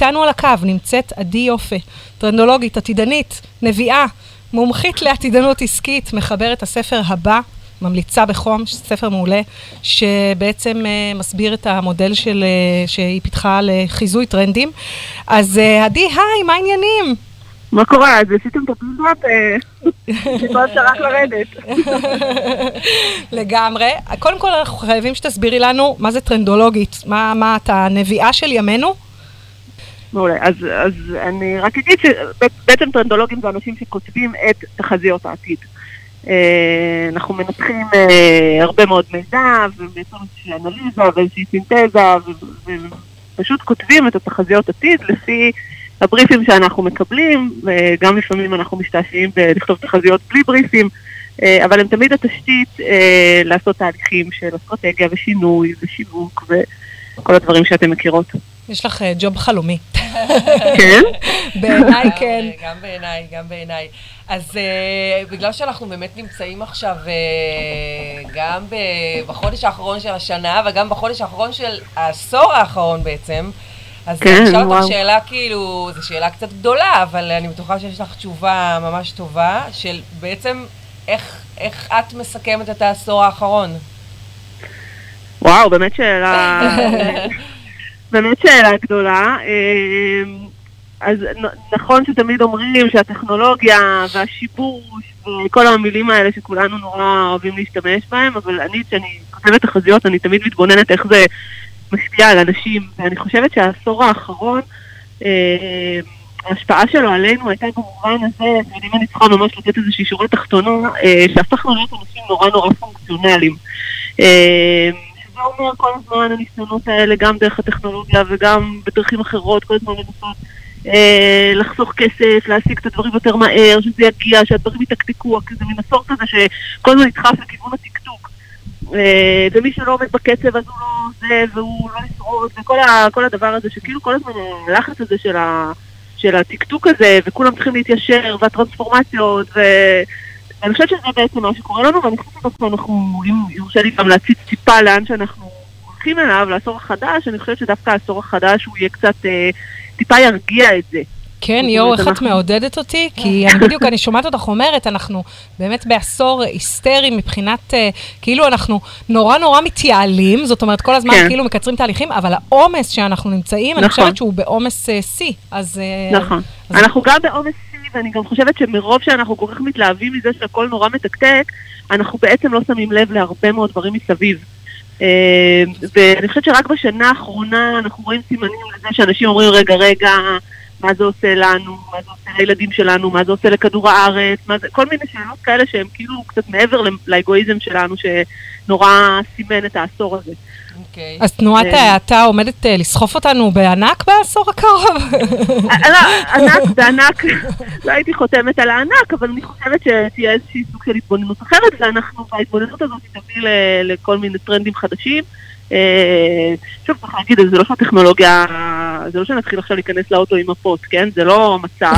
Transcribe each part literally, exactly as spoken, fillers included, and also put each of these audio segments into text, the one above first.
איתנו על הקו נמצאת עדי יופה, טרנדולוגית, עתידנית, נביאה, מומחית לעתידנות עסקית, מחברת הספר הבא, ממליצה בחום, ספר מעולה, שבעצם uh, מסביר את המודל של, uh, שהיא פיתחה לחיזוי טרנדים. אז uh, עדי, היי, מה העניינים? מה קורה? אז עשיתם את הפילדות, שכל אפשר רק לרדת. לגמרי. קודם כל אנחנו חייבים שתסבירי לנו מה זה טרנדולוגית, מה, מה אתה נביאה של ימינו? מעולה, אז, אז אני רק אגיד שבעצם טרנדולוגים זה אנשים שכותבים את תחזיות העתיד. אנחנו מנתחים הרבה מאוד מידע, ובעצם איזושהי אנליזה ואיזושהי סינתזה, ופשוט כותבים את התחזיות עתיד לפי הבריפים שאנחנו מקבלים, וגם לפעמים אנחנו משתעשעים לכתוב תחזיות בלי בריפים, אבל הם תמיד התשתית לעשות תהליכים של אסטרטגיה ושינוי ושיווק וכל הדברים שאתם מכירות. יש לך ג'וב חלומי. כן? בעיניי כן. גם בעיניי, גם בעיניי. אז uh, בגלל שאנחנו באמת נמצאים עכשיו uh, גם ב- בחודש האחרון של השנה, וגם בחודש האחרון של העשור האחרון בעצם, אז כן, אני אשאל אותך שאלה כאילו, זו שאלה קצת גדולה, אבל אני בטוחה שיש לך תשובה ממש טובה, של בעצם איך, איך את מסכמת את העשור האחרון? וואו, באמת שאלה... באמת שאלה גדולה. אז נכון שתמיד אומרים שהטכנולוגיה והשיבוש וכל המילים האלה שכולנו נורא אוהבים להשתמש בהם, אבל אני, כשאני כותבת תחזיות, אני תמיד מתבוננת איך זה משפיע על אנשים, ואני חושבת שהעשור האחרון, ההשפעה שלו עלינו הייתה במובן הזה, ואם אני צריכה ממש לתת איזושהי שורה תחתונה, שהפכנו להיות אנשים נורא נורא פונקציונליים. זה אומר כל הזמן הניסיונות האלה, גם דרך הטכנולוגיה וגם בדרכים אחרות, כל הזמן לנסות אה, לחסוך כסף, להשיג את הדברים יותר מהר, שזה יגיע, שהדברים יתקתקו, כזה מנסור כזה שכל הזמן נדחף לכיוון התקתוק. אה, ומי שלא עומד בקצב אז הוא לא זה, והוא לא ישרוד, וכל ה, כל הדבר הזה, שכאילו כל הזמן הלחץ הזה של, ה, של התקתוק הזה, וכולם צריכים להתיישר, והטרנספורמציות, ו... אני חושבת שזה בעצם מה שקורה לנו, ואני חושבת שאנחנו, אם יורשה לי גם להציץ טיפה לאן שאנחנו הולכים אליו, לעשור החדש, אני חושבת שדווקא העשור החדש הוא יהיה קצת, אה, טיפה ירגיע את זה. כן, יו, איך את מעודדת אותי? כי אני בדיוק, אני שומעת אותך אומרת, אנחנו באמת בעשור היסטרי מבחינת, כאילו אנחנו נורא נורא מתייעלים, זאת אומרת, כל הזמן כאילו מקצרים תהליכים, אבל העומס שאנחנו נמצאים, אני חושבת שהוא בעומס C, אז... נכון. אנחנו גם בעומס C, ואני גם חושבת שמרוב שאנחנו כל כך מתלהבים מזה שהכל נורא מתקתק, אנחנו בעצם לא שמים לב להרבה מאוד דברים מסביב. ואני חושבת שרק בשנה האחרונה אנחנו רואים סימנים לזה שאנשים אומרים, רגע, רגע, מה זה עושה לנו, מה זה עושה לילדים שלנו, מה זה עושה לכדור הארץ, מה זה, כל מיני שאלות כאלה שהן כאילו קצת מעבר לאגואיזם שלנו שנורא סימן את העשור הזה. Okay. אז תנועת ההאטה עומדת לסחוף אותנו בענק בעשור הקרוב? ענק, בענק, לא הייתי חותמת על הענק, אבל אני חושבת שתהיה איזושהי סוג של התבוננות אחרת, ואנחנו בהתבוננות הזאת תביא לכל מיני טרנדים חדשים. שוב, צריך להגיד, זה לא שהטכנולוגיה, זה לא שנתחיל עכשיו להיכנס לאוטו עם מפות, כן? זה לא מצב,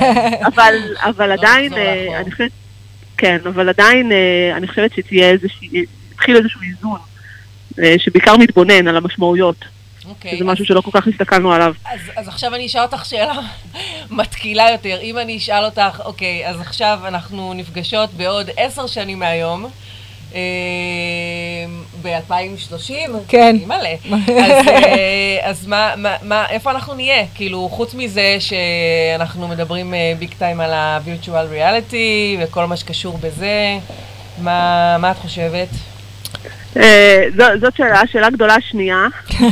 אבל עדיין, אני חושבת, כן, אבל עדיין אני חושבת שתהיה איזושהי, תתחיל איזשהו איזון. שבעיקר מתבונן על המשמעויות. Okay, זה משהו שלא כל כך הסתכלנו עליו. אז, אז עכשיו אני אשאל אותך שאלה מתקילה יותר. אם אני אשאל אותך, אוקיי, אז עכשיו אנחנו נפגשות בעוד עשר שנים מהיום, אה, ב-אלפיים ושלושים? כן. מלא. אז, אה, אז מה, מה, מה, איפה אנחנו נהיה? כאילו, חוץ מזה שאנחנו מדברים ביג טיים על ה-virtual reality וכל מה שקשור בזה, מה, מה את חושבת? זאת שאלה, שאלה גדולה שנייה.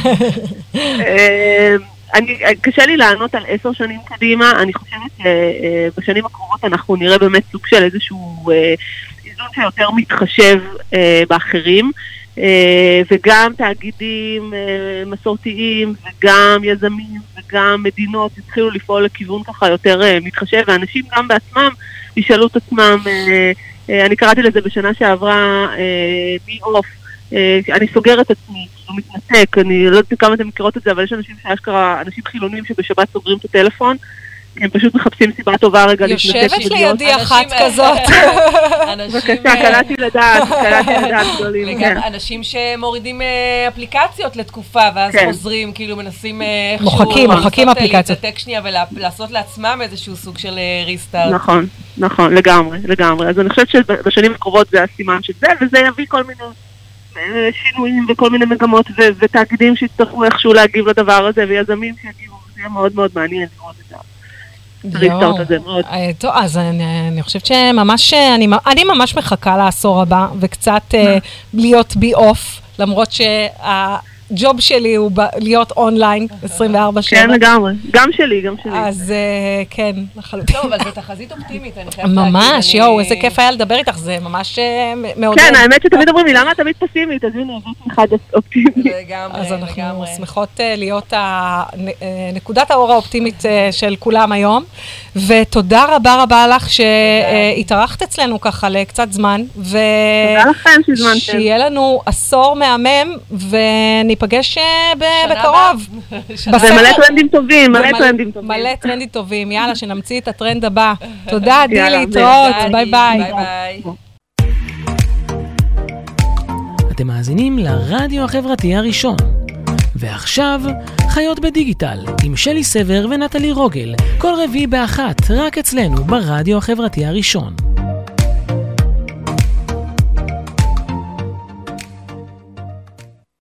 קשה לי לענות על עשר שנים קדימה, אני חושבת שבשנים הקרובות אנחנו נראה באמת סוג של איזשהו איזון שיותר מתחשב באחרים, וגם תאגידים מסורתיים וגם יזמים וגם מדינות התחילו לפעול לכיוון ככה יותר מתחשב, ואנשים גם בעצמם ישאלו את עצמם, אני קראתי לזה בשנה שעברה, בי אוף, אני סוגר את עצמי, לא מתנתק, אני לא יודעת כמה אתם מכירות את זה, אבל יש אנשים שאשכרה, אנשים חילונים שבשבת סוגרים את הטלפון, כי הם פשוט מחפשים סיבה טובה רגע להתנתק יושבת לידי אחת כזאת. בבקשה, קלעתי לדעת, קלעתי לדעת גדולים. וגם אנשים שמורידים אפליקציות לתקופה, ואז חוזרים, כאילו מנסים איכשהו... מוחקים, מוחקים אפליקציות. להתנתק שנייה ולעשות לעצמם איזשהו סוג של ריסטארט. נכון, נכון, לגמרי, לגמרי. אז אני חושבת שבשנים הקרובות זה הסימן של זה, וזה יביא כל מיני שינויים וכל מיני מגמות ותאגידים שיצטרכו איכשהו להגיב לדבר הזה, ויזמים שיגיבו, זה יהיה מאוד מאוד מעניין לראות את זה. ריסטארט הזה מאוד. טוב, אז אני חושבת שממש, אני ממש מחכה לעשור הבא, וקצת להיות בי אוף, למרות שהג'וב שלי הוא להיות אונליין עשרים וארבע שבע. כן, לגמרי. גם שלי, גם שלי. אז כן, לחלוטין. טוב, אבל זו תחזית אופטימית, אני חייבת להגיד. ממש, יואו, איזה כיף היה לדבר איתך, זה ממש מעודד. כן, האמת שתמיד אומרים לי, למה את תמיד פסימית? אז הנה, זאת אחד אופטימית. לגמרי, אז אנחנו שמחות להיות נקודת האור האופטימית של כולם היום, ותודה רבה רבה לך שהתארחת אצלנו ככה לקצת זמן, תודה לכם שהזמנתם. שיהיה לנו עשור מהמם, וניפגש בקרוב. ומלא טרנדים טובים, מלא טרנדים טובים. מלא טרנדים טובים, יאללה, שנמציא את הטרנד הבא. תודה, די להתראות, ביי ביי. אתם מאזינים לרדיו החברתי הראשון. ועכשיו, חיות בדיגיטל, עם שלי סבר ונטלי רוגל, כל רביעי באחת, רק אצלנו ברדיו החברתי הראשון.